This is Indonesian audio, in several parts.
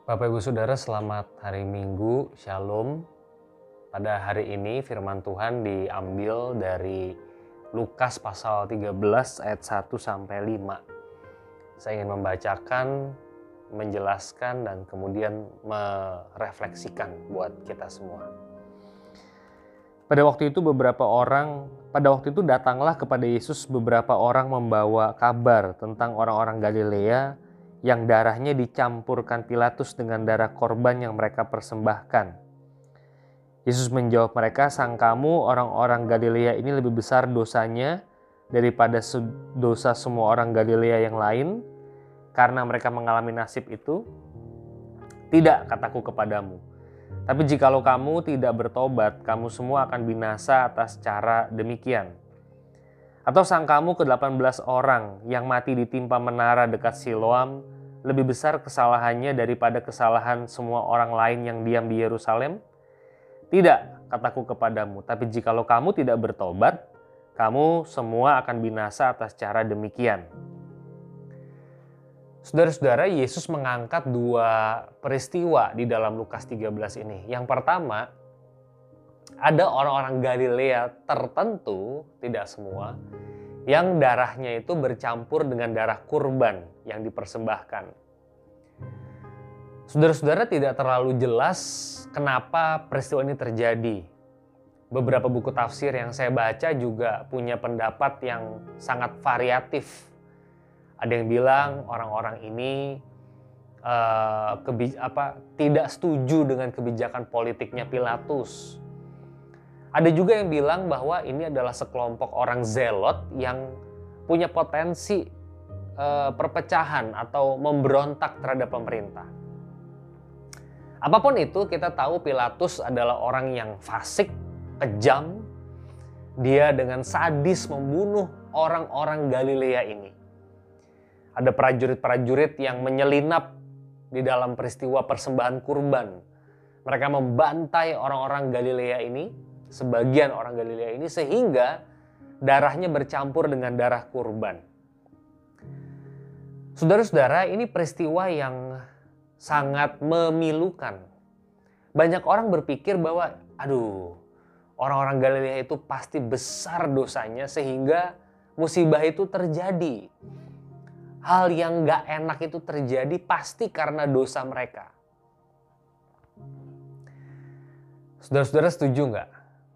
Bapak Ibu Saudara, selamat hari Minggu, Shalom. Pada hari ini firman Tuhan diambil dari Lukas pasal 13 ayat 1 sampai 5. Saya ingin membacakan, menjelaskan dan kemudian merefleksikan buat kita semua. Pada waktu itu datanglah kepada Yesus beberapa orang membawa kabar tentang orang-orang Galilea yang darahnya dicampurkan Pilatus dengan darah korban yang mereka persembahkan. Yesus menjawab mereka, "Sangkamu orang-orang Galilea ini lebih besar dosanya daripada dosa semua orang Galilea yang lain karena mereka mengalami nasib itu? Tidak, kataku kepadamu. Tapi jikalau kamu tidak bertobat, kamu semua akan binasa atas cara demikian. Atau sangkamu ke-18 orang yang mati ditimpa menara dekat Siloam lebih besar kesalahannya daripada kesalahan semua orang lain yang diam di Yerusalem? Tidak, kataku kepadamu, tapi jikalau kamu tidak bertobat, kamu semua akan binasa atas cara demikian." Saudara-saudara, Yesus mengangkat dua peristiwa di dalam Lukas 13 ini. Yang pertama, ada orang-orang Galilea tertentu, tidak semua, yang darahnya itu bercampur dengan darah kurban yang dipersembahkan. Saudara-saudara, tidak terlalu jelas kenapa peristiwa ini terjadi. Beberapa buku tafsir yang saya baca juga punya pendapat yang sangat variatif. Ada yang bilang orang-orang ini tidak setuju dengan kebijakan politiknya Pilatus. Ada juga yang bilang bahwa ini adalah sekelompok orang zelot yang punya potensi perpecahan atau memberontak terhadap pemerintah. Apapun itu, kita tahu Pilatus adalah orang yang fasik, kejam. Dia dengan sadis membunuh orang-orang Galilea ini. Ada prajurit-prajurit yang menyelinap di dalam peristiwa persembahan kurban. Mereka membantai orang-orang Galilea ini, sebagian orang Galilea ini, sehingga darahnya bercampur dengan darah kurban. Saudara-saudara, ini peristiwa yang sangat memilukan. Banyak orang berpikir bahwa, orang-orang Galilea itu pasti besar dosanya sehingga musibah itu terjadi. Hal yang gak enak itu terjadi pasti karena dosa mereka. Saudara-saudara, setuju gak?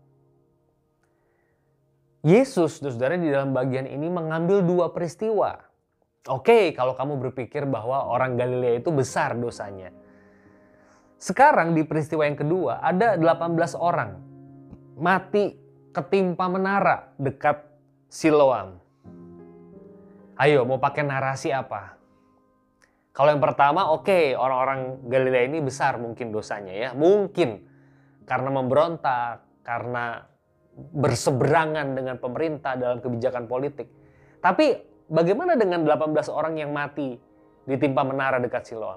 Yesus, saudara, di dalam bagian ini mengambil dua peristiwa. Oke, kalau kamu berpikir bahwa orang Galilea itu besar dosanya. Sekarang di peristiwa yang kedua ada 18 orang mati ketimpa menara dekat Siloam. Ayo, mau pakai narasi apa? Kalau yang pertama, orang-orang Galilea ini besar mungkin dosanya ya. Mungkin karena memberontak, karena berseberangan dengan pemerintah dalam kebijakan politik. Tapi bagaimana dengan 18 orang yang mati ditimpa menara dekat Siloam?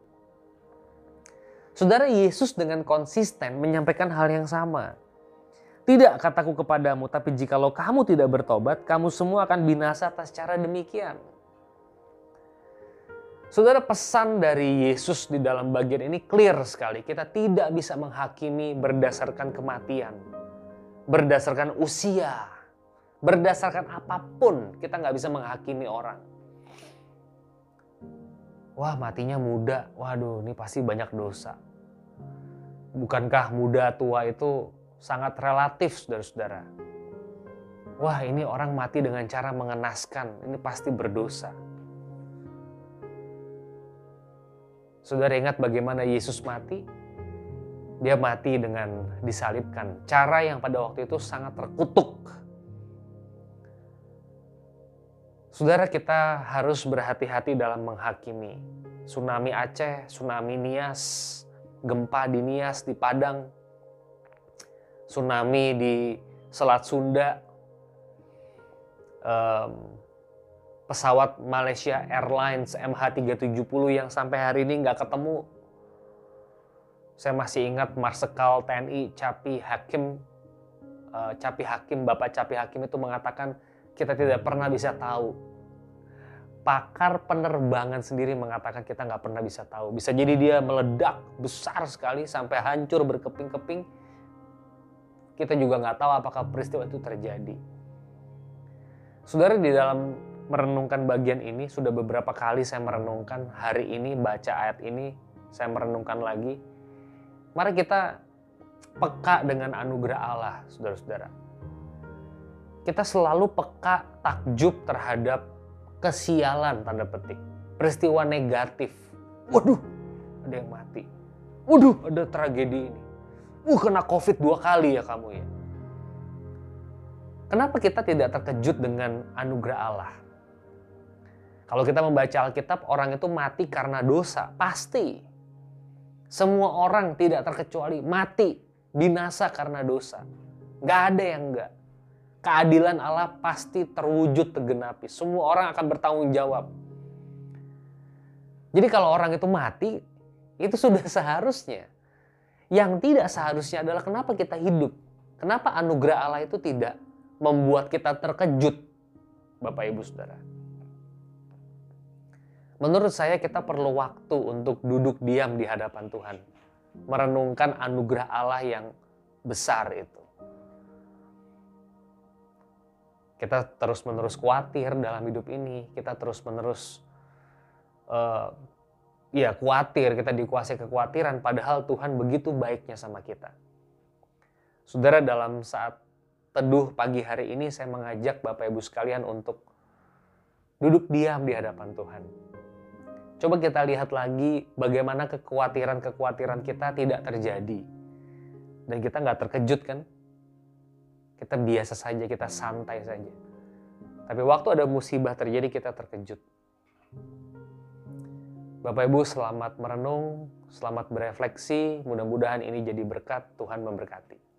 Saudara, Yesus dengan konsisten menyampaikan hal yang sama. Tidak, kataku kepadamu, tapi jikalau kamu tidak bertobat, kamu semua akan binasa atas cara demikian. Saudara, pesan dari Yesus di dalam bagian ini clear sekali. Kita tidak bisa menghakimi berdasarkan kematian, berdasarkan usia, berdasarkan apapun. Kita nggak bisa menghakimi orang. Wah, matinya muda. Waduh, ini pasti banyak dosa. Bukankah muda tua itu sangat relatif, saudara-saudara? Wah, ini orang mati dengan cara mengenaskan. Ini pasti berdosa. Saudara ingat bagaimana Yesus mati? Dia mati dengan disalibkan. Cara yang pada waktu itu sangat terkutuk. Saudara, kita harus berhati-hati dalam menghakimi. Tsunami Aceh, tsunami Nias, gempa di Nias, di Padang, tsunami di Selat Sunda, pesawat Malaysia Airlines MH370 yang sampai hari ini nggak ketemu. Saya masih ingat Marsekal TNI Capi Hakim, Bapak Capi Hakim itu mengatakan kita tidak pernah bisa tahu pakar penerbangan sendiri mengatakan kita nggak pernah bisa tahu. Bisa jadi dia meledak besar sekali sampai hancur berkeping-keping. Kita juga nggak tahu apakah peristiwa itu terjadi. Saudara, di dalam merenungkan bagian ini, sudah beberapa kali saya merenungkan, hari ini baca ayat ini, saya merenungkan lagi. Mari kita peka dengan anugerah Allah, saudara-saudara. Kita selalu peka, takjub terhadap kesialan, tanda petik, peristiwa negatif. Waduh, ada yang mati. Waduh, ada tragedi ini. Kena COVID 2 kali ya kamu ya. Kenapa kita tidak terkejut dengan anugerah Allah? Kalau kita membaca Alkitab, orang itu mati karena dosa. Pasti. Semua orang tidak terkecuali mati, binasa karena dosa. Gak ada yang enggak. Keadilan Allah pasti terwujud tergenapi. Semua orang akan bertanggung jawab. Jadi kalau orang itu mati, itu sudah seharusnya. Yang tidak seharusnya adalah kenapa kita hidup. Kenapa anugerah Allah itu tidak membuat kita terkejut, Bapak Ibu Saudara. Menurut saya kita perlu waktu untuk duduk diam di hadapan Tuhan. Merenungkan anugerah Allah yang besar itu. Kita terus-menerus khawatir dalam hidup ini. Kita terus-menerus khawatir. Kita dikuasai kekhawatiran. Padahal Tuhan begitu baiknya sama kita. Saudara, dalam saat teduh pagi hari ini saya mengajak Bapak Ibu sekalian untuk duduk diam di hadapan Tuhan. Coba kita lihat lagi bagaimana kekhawatiran-kekhawatiran kita tidak terjadi. Dan kita nggak terkejut kan? Kita biasa saja, kita santai saja. Tapi waktu ada musibah terjadi kita terkejut. Bapak Ibu, selamat merenung, selamat berefleksi. Mudah-mudahan ini jadi berkat. Tuhan memberkati.